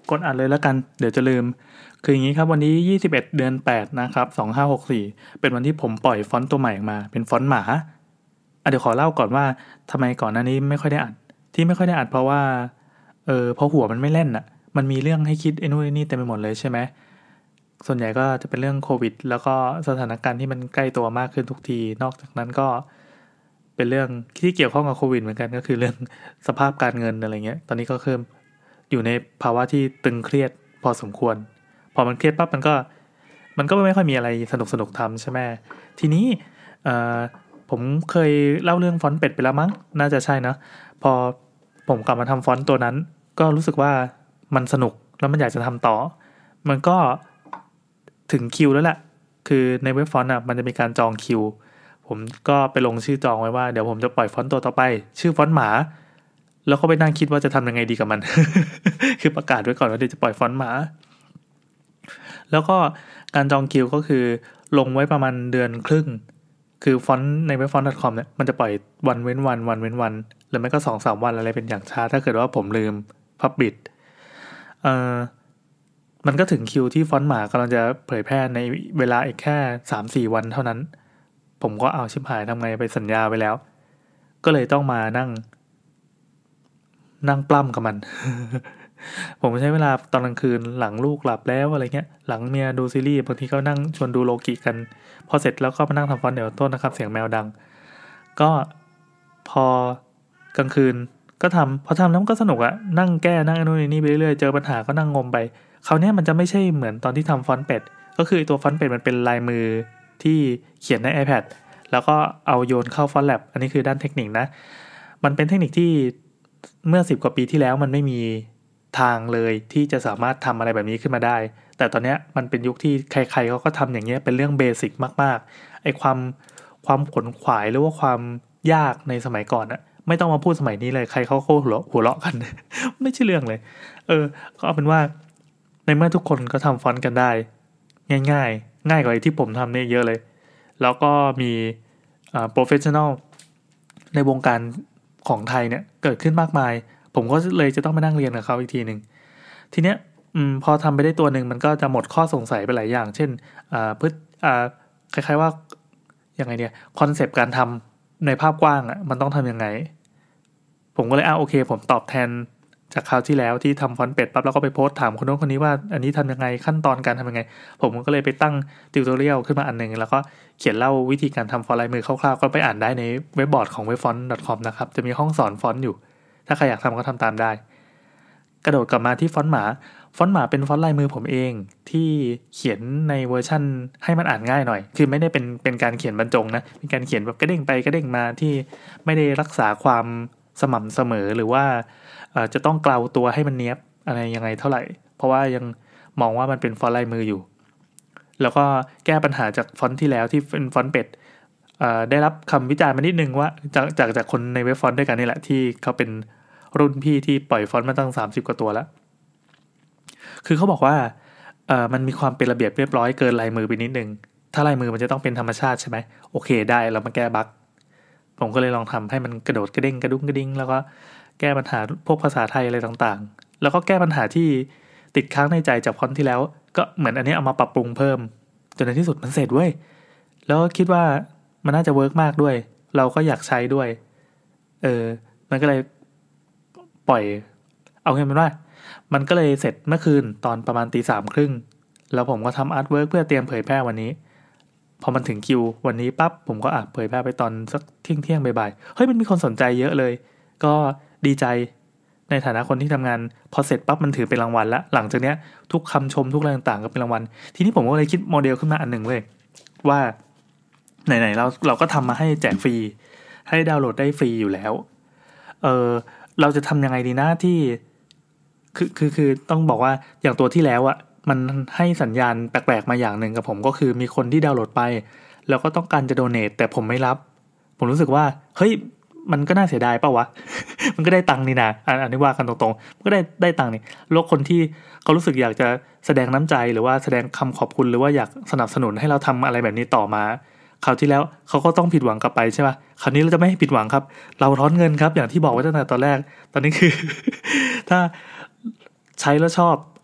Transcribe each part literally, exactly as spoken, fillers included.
กดอัดเลยแล้วกันเดี๋ยวจะลืมคืออย่างนี้ครับวันนี้ยี่สิบเอ็ดเดือนแปดนะครับสองพันห้าร้อยหกสิบสี่เป็นวันที่ผมปล่อยฟอนต์ตัวใหม่ออกมาเป็นฟอนต์หมาอ่ะเดี๋ยวขอเล่าก่อนว่าทำไมก่อนหน้านี้ไม่ค่อยได้อัดที่ไม่ค่อยได้อัดเพราะว่าเออเพราะหัวมันไม่เล่นอ่ะมันมีเรื่องให้คิดไอ้นู่นไอ้นี่เต็มไปหมดเลยใช่ไหมส่วนใหญ่ก็จะเป็นเรื่องโควิดแล้วก็สถานการณ์ที่มันใกล้ตัวมากขึ้นทุกทีนอกจากนั้นก็เป็นเรื่องที่เกี่ยวข้องกับโควิดเหมือนกันก็คือเรื่องสภาพการเงินอะไรเงี้ยตอนนี้ก็คืออยู่ในภาวะที่ตึงเครียดพอสมควรพอมันเครียดปั๊บมันก็มันก็ไม่ค่อยมีอะไรสนุกสนุกทำใช่ไหมทีนี้เอ่อผมเคยเล่าเรื่องฟอนต์เป็ดไปแล้วมั้งน่าจะใช่นะพอผมกลับมาทำฟอนต์ตัวนั้นก็รู้สึกว่ามันสนุกแล้วมันอยากจะทำต่อมันก็ถึงคิวแล้วแหละคือในเว็บฟอนต์อ่ะมันจะมีการจองคิวผมก็ไปลงชื่อจองไว้ว่าเดี๋ยวผมจะปล่อยฟอนต์ตัวต่อไปชื่อฟอนต์หมาแล้วก็ไปนั่งคิดว่าจะทำยังไงดีกับมัน คือประกาศไว้ก่อนว่าเดี๋ยวจะปล่อยฟอนต์หมาแล้วก็การจองคิวก็คือลงไว้ประมาณเดือนครึ่งคือฟอนต์ในเว็บฟอนต์ .com เนี่ยมันจะปล่อยวันเว้นวันวันเว้นวันหรือไม่ก็ สองถึงสาม วันอะไรเป็นอย่างช้าถ้าเกิดว่าผมลืมพับบิดเอ่อมันก็ถึงคิวที่ฟอนต์หมากำลังจะเผยแพร่ในเวลาอีกแค่ สามถึงสี่ วันเท่านั้นผมก็เอาชิบหายทำไงไปสัญญาไว้แล้วก็เลยต้องมานั่งนั่งปล้ำกับมัน ผมใช้เวลาตอนกลางคืนหลังลูกหลับแล้วอะไรเงี้ยหลังเมียดูซีรีส์บางทีก็นั่งชวนดูโลกิกันพอเสร็จแล้วก็มานั่งทำฟอนต์เดี๋ยวต้นนะครับเสียงแมวดังก็พอกลางคืนก็ทำพอทำแล้วมันก็สนุกอะนั่งแก้นั่งนู่นนี่ไปเรื่อยๆเจอปัญหาก็นั่งงมไปคราวนี้มันจะไม่ใช่เหมือนตอนที่ทำฟอนต์เป็ดก็คือตัวฟอนต์เป็ดมันเป็นลายมือที่เขียนใน iPad แล้วก็เอาโยนเข้าฟอนต์แลบอันนี้คือด้านเทคนิคนะมันเป็นเทคนิคที่เมื่อสิบกว่าปีที่แล้วมันไม่มีทางเลยที่จะสามารถทำอะไรแบบนี้ขึ้นมาได้แต่ตอนนี้มันเป็นยุคที่ใครๆเขาก็ทำอย่างเงี้ยเป็นเรื่องเบสิกมากๆไอ้ความความขวนขวายหรือว่าความยากในสมัยก่อนอะไม่ต้องมาพูดสมัยนี้เลยใครเขาโคหัวเราะหัวเราะกัน ไม่ใช่เรื่องเลยเออก็เอาเป็นว่าในเมื่อทุกคนก็ทำฟอนต์กันได้ง่ายๆง่ายกว่าที่ผมทำเนี่ยเยอะเลยแล้วก็มีอ่าโปรเฟสชั่นอลในวงการของไทยเนี่ยเกิดขึ้นมากมายผมก็เลยจะต้องมานั่งเรียนกับเขาอีกทีหนึ่งทีเนี้ยอืมพอทำไปได้ตัวหนึ่งมันก็จะหมดข้อสงสัยไปหลายอย่างเช่นอ่าพืชอ่าคล้ายๆว่ายังไงเนี่ยคอนเซปต์การทำในภาพกว้างอ่ะมันต้องทำยังไงผมก็เลยอ่าโอเคผมตอบแทนจากคราวที่แล้วที่ทำฟอนต์เป็ดปั๊บแล้วก็ไปโพสต์ถามคนโน้นคนนี้ว่าอันนี้ทำยังไงขั้นตอนการทำยังไงผมก็เลยไปตั้งติวตอเรียลขึ้นมาอันนึงแล้วก็เขียนเล่าวิธีการทำฟอนต์ลายมือคร่าวๆก็ไปอ่านได้ในเว็บบอร์ดของ เว็บฟอนต์ ดอท คอม นะครับจะมีห้องสอนฟอนต์อยู่ถ้าใครอยากทำก็ทำตามได้กระโดดกลับมาที่ฟอนต์หมาฟอนต์หมาเป็นฟอนต์ลายมือผมเองที่เขียนในเวอร์ชั่นให้มันอ่านง่ายหน่อยคือไม่ได้เป็นเป็นการเขียนบรรจงนะเป็นการเขียนแบบกระเด้งไปกระเด้งมาที่ไม่ได้รักษาความสม่ำเสมอหรือว่าจะต้องเกลาตัวให้มันเนียบอะไรยังไงเท่าไหร่เพราะว่ายังมองว่ามันเป็นฟอนต์ลายมืออยู่แล้วก็แก้ปัญหาจากฟอนต์ที่แล้วที่เป็นฟอนต์เป็ดได้รับคำวิจารณ์มานิดนึงว่าจากจากจากคนในเว็บฟอนต์ด้วยกันนี่แหละที่เขาเป็นรุ่นพี่ที่ปล่อยฟอนต์มาตั้งสามสิบกว่าตัวแล้วคือเขาบอกว่าเอ่อมันมีความเป็นระเบียบเรียบร้อยเกินลายมือไปนิดนึงถ้าลายมือมันจะต้องเป็นธรรมชาติใช่ไหมโอเคได้เรามาแก้บั๊กผมก็เลยลองทำให้มันกระโดดกระเด้งกระดุ้งกระดิ้งแล้วก็แก้ปัญหาพวกภาษาไทยอะไรต่างๆแล้วก็แก้ปัญหาที่ติดค้างในใจจากฟอนต์ที่แล้วก็เหมือนอันนี้เอามาปรับปรุงเพิ่มจนในที่สุดมันเสร็จเว้ยแล้วคิดว่ามันน่าจะเวิร์กมากด้วยเราก็อยากใช้ด้วยเออมันก็เลยปล่อยเอาเงินเป็นว่ามันก็เลยเสร็จเมื่อคืนตอนประมาณตีสามครึ่งแล้วผมก็ทำอาร์ตเวิร์กเพื่อเตรียมเผยแพร่วันนี้พอมันถึงคิววันนี้ปั๊บผมก็อ่ะเผยแพร่ไปตอนสักเที่ยงเที่ยงบ่ายๆเฮ้ยมันมีคนสนใจเยอะเลยก็ดีใจในฐานะคนที่ทำงานพอเสร็จปั๊บมันถือเป็นรางวัลละหลังจากเนี้ยทุกคำชมทุกอะไรต่างๆก็เป็นรางวัลทีนี้ผมก็เลยคิดโมเดลขึ้นมาอันหนึ่งเว้ยว่าไหนๆเราเราก็ทำมาให้แจกฟรีให้ดาวน์โหลดได้ฟรีอยู่แล้วเออเราจะทำยังไงดีนะที่คือคือคือต้องบอกว่าอย่างตัวที่แล้วอะมันให้สัญญาณแปลกๆมาอย่างหนึ่งกับผมก็คือมีคนที่ดาวน์โหลดไปแล้วก็ต้องการจะโดเนทแต่ผมไม่รับผมรู้สึกว่าเฮ้ยมันก็น่าเสียดายเปล่าวะ มันก็ได้ตังค์นี่นะอันนี้ว่ากันตรงๆมันก็ได้ได้ตังค์นี่โลกคนที่เขารู้สึกอยากจะแสดงน้ำใจหรือว่าแสดงคำขอบคุณหรือว่าอยากสนับสนุนให้เราทำอะไรแบบนี้ต่อมาคราวที่แล้วเขาก็ต้องผิดหวังกลับไปใช่ป่ะคราวนี้เราจะไม่ให้ผิดหวังครับเราร้อนเงินครับอย่างที่บอกไว้ตั้งแต่ตอนแรกตอนนี้คือ ถ้าใช้แล้วชอบ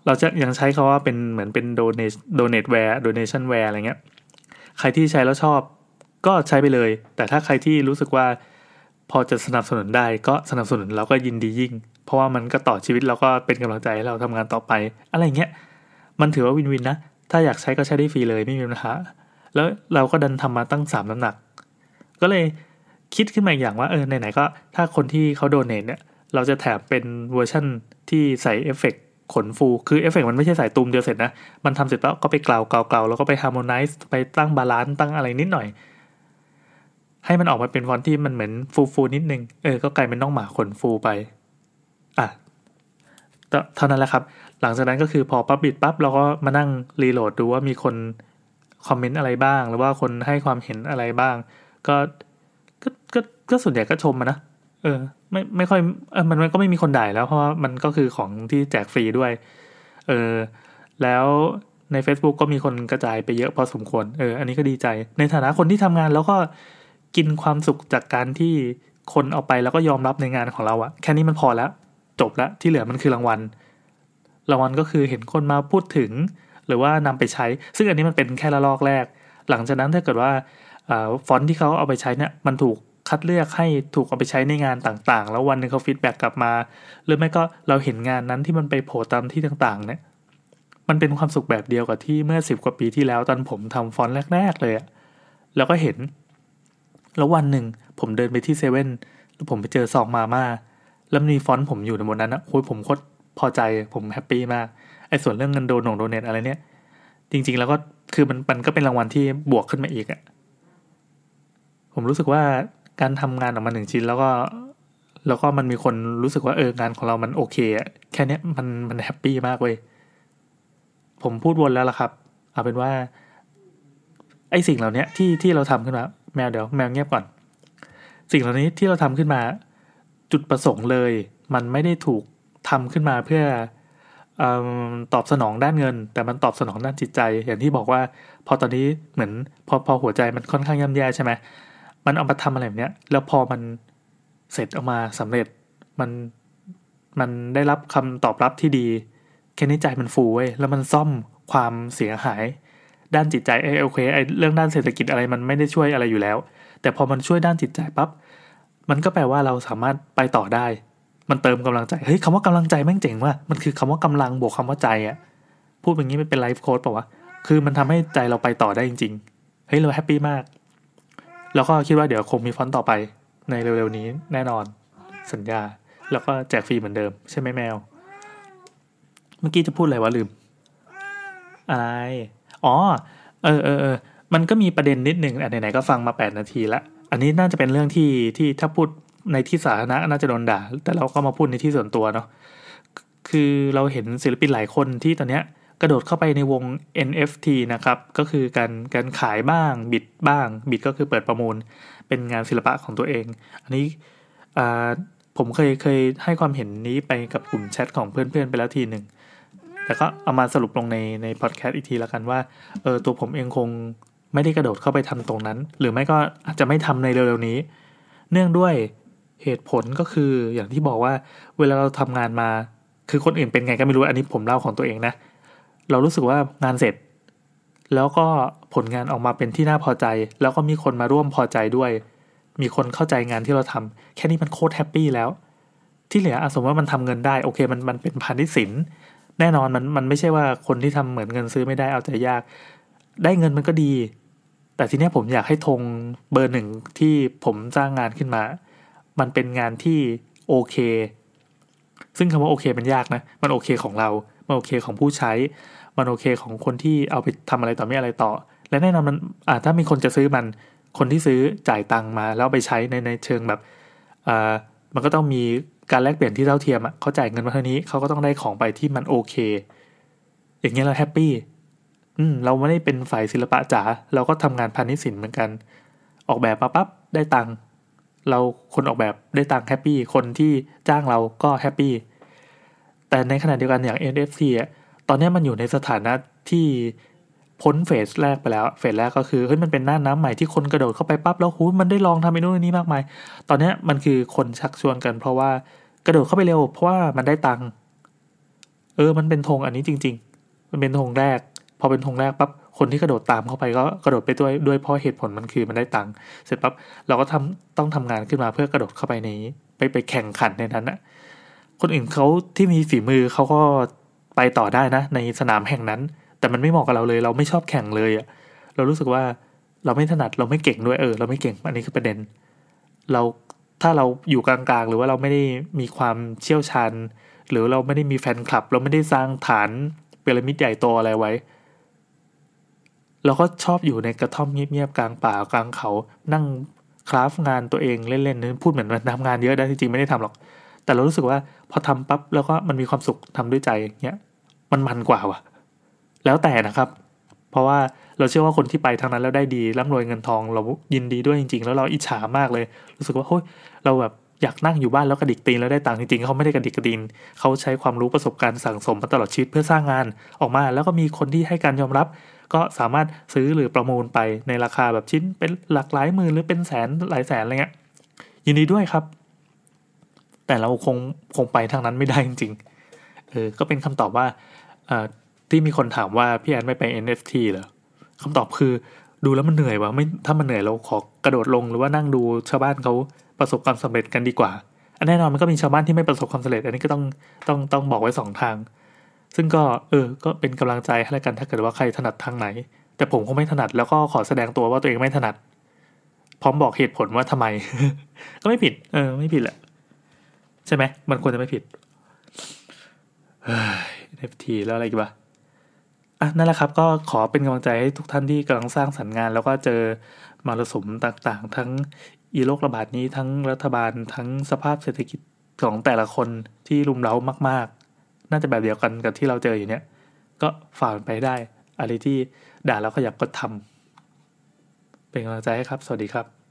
เราจะยังใช้คาว่าเป็นเหมือนเป็น donate donate ware donation ware อะไรเงี้ยใครที่ใช้แล้วชอบก็ใช้ไปเลยแต่ถ้าใครที่รู้สึกว่าพอจะสนับสนุนได้ก็สนับสนุนเราก็ยินดียิ่งเพราะว่ามันก็ต่อชีวิตเราก็เป็นกำลังใจให้เราทำงานต่อไปอะไรเงี้ยมันถือว่าวินวินนะถ้าอยากใช้ก็ใช้ได้ฟรีเลยไม่มีปัญหาแล้วเราก็ดันทำมาตั้งสามน้ำหนักก็เลยคิดขึ้นมาอีกอย่างว่าเออไหนๆก็ถ้าคนที่เขาโดเนทเนี่ยเราจะแถมเป็นเวอร์ชั่นที่ใส่เอฟเฟกต์ขนฟูคือเอฟเฟกต์มันไม่ใช่ใส่ตูมเดียวเสร็จนะมันทำเสร็จแล้วก็ไปกล่าวกล่าวกล่าวแล้วก็ไปฮาร์โมไนซ์ไปตั้งบาลานซ์ตั้งอะไรนิดหน่อยให้มันออกมาเป็นฟอนต์ที่มันเหมือนฟูฟูนิดนึงเออก็กลายเป็นน้องหมาขนฟูไปอ่ะเท่านั้นแหละครับหลังจากนั้นก็คือพอปั๊บบิดปั๊บเราก็มานั่งรีโหลดดูว่ามีคนคอมเมนต์อะไรบ้างหรือว่าคนให้ความเห็นอะไรบ้างก็ก็ก็ก็ส่วนใหญ่ก็ชมมานะเออไม่ไม่ค่อยเออมันมันก็ไม่มีคนด่าแล้วเพราะว่ามันก็คือของที่แจกฟรีด้วยเออแล้วใน Facebook ก็มีคนกระจายไปเยอะพอสมควรเอออันนี้ก็ดีใจในฐานะคนที่ทำงานแล้วก็กินความสุขจากการที่คนเอาไปแล้วก็ยอมรับในงานของเราอะแค่นี้มันพอแล้วจบแล้วที่เหลือมันคือรางวัลรางวัลก็คือเห็นคนมาพูดถึงหรือว่านำไปใช้ซึ่งอันนี้มันเป็นแค่ละลอกแรกหลังจากนั้นถ้าเกิดว่าฟอนต์ที่เขาเอาไปใช้เนี่ยมันถูกคัดเลือกให้ถูกเอาไปใช้ในงานต่างๆแล้ววันนึงเขาฟีดแบ็กกลับมาหรือไม่ก็เราเห็นงานนั้นที่มันไปโผล่ตามที่ต่างๆเนี่ยมันเป็นความสุขแบบเดียวกับที่เมื่อสิบกว่าปีที่แล้วตอนผมทำฟอนต์แรกๆเลยอะแล้วก็เห็นแล้ววันหนึ่งผมเดินไปที่เซเว่นแล้วผมไปเจอซองมาม่าแล้วมีฟอนต์ผมอยู่ในบนนั้นนะโอ้ยผมโคตรพอใจผมแฮปปี้มากไอ้ส่วนเรื่องเงินโดนโดเนทอะไรเนี่ยจริงๆแล้วก็คือมันมันก็เป็นรางวัลที่บวกขึ้นมาอีกอะผมรู้สึกว่าการทำงานออกมาหนึ่งชิ้นแล้วก็แล้วก็มันมีคนรู้สึกว่าเอองานของเรามันโอเคอะแค่นี้มันมันแฮปปี้มากเว้ยผมพูดวนแล้วล่ะครับเอาเป็นว่าไอ้สิ่งเหล่านี้ที่ที่เราทำขึ้นมาแมวเดี๋ยวแมวเงียบก่อนสิ่งเหล่านี้ที่เราทำขึ้นมาจุดประสงค์เลยมันไม่ได้ถูกทำขึ้นมาเพื่อตอบสนองด้านเงินแต่มันตอบสนองด้านจิตใจอย่างที่บอกว่าพอตอนนี้เหมือนพอพอหัวใจมันค่อนข้างย่ำแย่ใช่ไหมมันเอามาทำอะไรแบบเนี้ยแล้วพอมันเสร็จออกมาสำเร็จมันมันได้รับคำตอบรับที่ดีแค่นี้ใจมันฟูเว้ยแล้วมันซ่อมความเสียหายด้านจิตใจไอ้โอเคไอ้เรื่องด้านเศรษฐกิจอะไรมันไม่ได้ช่วยอะไรอยู่แล้วแต่พอมันช่วยด้านจิตใจปั๊บมันก็แปลว่าเราสามารถไปต่อได้มันเติมกำลังใจเฮ้ยคำว่ากำลังใจแม่งเจ๋งว่ะมันคือคำว่ากำลังบวกคำว่าใจอ่ะพูดอย่างนี้ไม่เป็นไลฟ์โค้ดเปล่าวะคือมันทำให้ใจเราไปต่อได้จริงๆเฮ้ยเราแฮปปี้มากแล้วก็คิดว่าเดี๋ยวคงมีฟอนต์ต่อไปในเร็วๆนี้แน่นอนสัญญาแล้วก็แจกฟรีเหมือนเดิมใช่ไหมแมวเมื่อกี้จะพูดอะไรวะลืมอะไรอ๋อเออเออเออมันก็มีประเด็นนิดนึงอ่ะไหนๆก็ฟังมาแปดนาทีละอันนี้น่าจะเป็นเรื่องที่ที่ถ้าพูดในที่สาธารณะน่าจะโดนด่าแต่เราก็มาพูดในที่ส่วนตัวเนาะคือเราเห็นศิลปินหลายคนที่ตอนเนี้ยกระโดดเข้าไปในวง เอ็น เอฟ ที นะครับก็คือการการขายบ้างบิดบ้างบิดก็คือเปิดประมูลเป็นงานศิลปะของตัวเองอันนี้อ่าผมเคยเคยให้ความเห็นนี้ไปกับกลุ่มแชทของเพื่อนๆไปแล้วทีหนึ่งแต่ก็เอามาสรุปลงในในพอดแคสต์อีกทีละกันว่าเออตัวผมเองคงไม่ได้กระโดดเข้าไปทำตรงนั้นหรือไม่ก็อาจจะไม่ทำในเร็วๆนี้เนื่องด้วยเหตุผลก็คืออย่างที่บอกว่าเวลาเราทำงานมาคือคนอื่นเป็นไงก็ไม่รู้อันนี้ผมเล่าของตัวเองนะเรารู้สึกว่างานเสร็จแล้วก็ผลงานออกมาเป็นที่น่าพอใจแล้วก็มีคนมาร่วมพอใจด้วยมีคนเข้าใจงานที่เราทำแค่นี้มันโคตรแฮปปี้แล้วที่เหลือสมมติว่ามันทำเงินได้โอเคมันมันเป็นพาณิชย์ศิลป์แน่นอนมันมันไม่ใช่ว่าคนที่ทำเหมือนเงินซื้อไม่ได้เอาใจยากได้เงินมันก็ดีแต่ทีนี้ผมอยากให้ธงเบอร์หนึ่งที่ผมสร้างงานขึ้นมามันเป็นงานที่โอเคซึ่งคำว่าโอเคมันยากนะมันโอเคของเรามันโอเคของผู้ใช้มันโอเคของคนที่เอาไปทำอะไรต่อไม่อะไรต่อและแน่นอนมันอ่าถ้ามีคนจะซื้อมันคนที่ซื้อจ่ายตังค์มาแล้วไปใช้ในในเชิงแบบอ่ามันก็ต้องมีการแลกเปลี่ยนที่เท่าเทียมอ่ะเขาจ่ายเงินมาเท่านี้เขาก็ต้องได้ของไปที่มันโอเคอย่างเงี้ยเราแฮปปี้อืมเราไม่ได้เป็นฝ่ายศิลปะจ๋าเราก็ทำงานพาณิชย์ศิลป์เหมือนกันออกแบบมาปั๊บได้ตังค์เราคนออกแบบได้ตังค์แฮปปี้คนที่จ้างเราก็แฮปปี้แต่ในขณะเดียวกันอย่าง เอ็น เอฟ ที อ่ะตอนนี้มันอยู่ในสถานะที่พ้นเฟสแรกไปแล้วเฟสแรกก็คือเฮ้ยมันเป็นหน้าน้ำใหม่ที่คนกระโดดเข้าไปปั๊บแล้วหูมันได้ลองทำไอ้นู่นนี่มากมายตอนนี้มันคือคนชักชวนกันเพราะว่ากระโดดเข้าไปเร็วเพราะว่ามันได้ตังค์เออมันเป็นธงอันนี้จริงๆมันเป็นธงแรกพอเป็นธงแรกปั๊บคนที่กระโดดตามเข้าไปก็กระโดดไปด้วยด้วยเพราะเหตุผลมันคือมันได้ตังค์เสร็จปั๊บเราก็ทำต้องทำงานขึ้นมาเพื่อกระโดดเข้าไปในไปไปแข่งขันในนั้นนะคนอื่นเขาที่มีฝีมือเขาก็ไปต่อได้นะในสนามแห่งนั้นแต่มันไม่เหมาะกับเราเลยเราไม่ชอบแข่งเลยอะเรารู้สึกว่าเราไม่ถนัดเราไม่เก่งด้วยเออเราไม่เก่งอันนี้คือประเด็นเราถ้าเราอยู่กลางๆหรือว่าเราไม่ได้มีความเชี่ยวชาญหรือเราไม่ได้มีแฟนคลับเราไม่ได้สร้างฐานพีระมิดใหญ่โตอะไรไว้เราก็ชอบอยู่ในกระท่อมเงียบๆกลางป่ากลางเขานั่งคราฟงานตัวเองเล่นๆนึกพูดเหมือนมันทำงานเยอะได้จริงๆไม่ได้ทำหรอกแต่เรารู้สึกว่าพอทำปั๊บแล้วก็มันมีความสุขทำด้วยใจเงี้ยมันมันกว่าว่ะแล้วแต่นะครับเพราะว่าเราเชื่อว่าคนที่ไปทางนั้นแล้วได้ดีร่ำรวยเงินทองเรายินดีด้วยจริงๆแล้วเราอิจฉามากเลยรู้สึกว่าเฮ้ยเราแบบอยากนั่งอยู่บ้านแล้วกระดิกตีนแล้วได้ตังค์จริงๆเขาไม่ได้กระดิกกระดินเขาใช้ความรู้ประสบการณ์สั่งสมมาตลอดชีวิตเพื่อสร้างงานออกมาแล้วก็มีคนที่ให้การยอมรับก็สามารถซื้อหรือประมูลไปในราคาแบบชิ้นเป็นหลักหลายหมื่นหรือเป็นแสนหลายแสนอะไรเงี้ยยินดีด้วยครับแต่เราคงคงไปทางนั้นไม่ได้จริงๆเออก็เป็นคำตอบว่าเอ่อที่มีคนถามว่าพี่แอนไม่ไป เอ็น เอฟ ที เหรอคำตอบคือดูแล้วมันเหนื่อยวะไม่ถ้ามันเหนื่อยเราขอกระโดดลงหรือว่านั่งดูชาวบ้านเขาประสบความสำเร็จกันดีกว่าอันแน่นอนมันก็มีชาวบ้านที่ไม่ประสบความสำเร็จอันนี้ก็ต้องต้องต้องบอกไว้สองทางซึ่งก็เออก็เป็นกำลังใจให้แล้วกันถ้าเกิดว่าใครถนัดทางไหนแต่ผมคงไม่ถนัดแล้วก็ขอแสดงตัวว่าตัวเองไม่ถนัดพร้อมบอกเหตุผลว่าทำไม ก็ไม่ผิดเออไม่ผิดแหละใช่ไหมมันควรจะไม่ผิดเฮ้ย เอ็น เอฟ ที แล้วอะไรอีกบ้างอ่ะนั่นแหละครับก็ขอเป็นกำลังใจให้ทุกท่านที่กำลังสร้างสรรค์งานแล้วก็เจอมรสุมต่างๆทั้งอีโรคระบาดนี้ทั้งรัฐบาลทั้งสภาพเศรษฐกิจของแต่ละคนที่รุมเร้ามากๆน่าจะแบบเดียวกันกับที่เราเจออยู่เนี้ยก็ฝ่ามันไปได้อะไรที่ด่าแล้วขยับก็ทำเป็นกำลังใจให้ครับสวัสดีครับ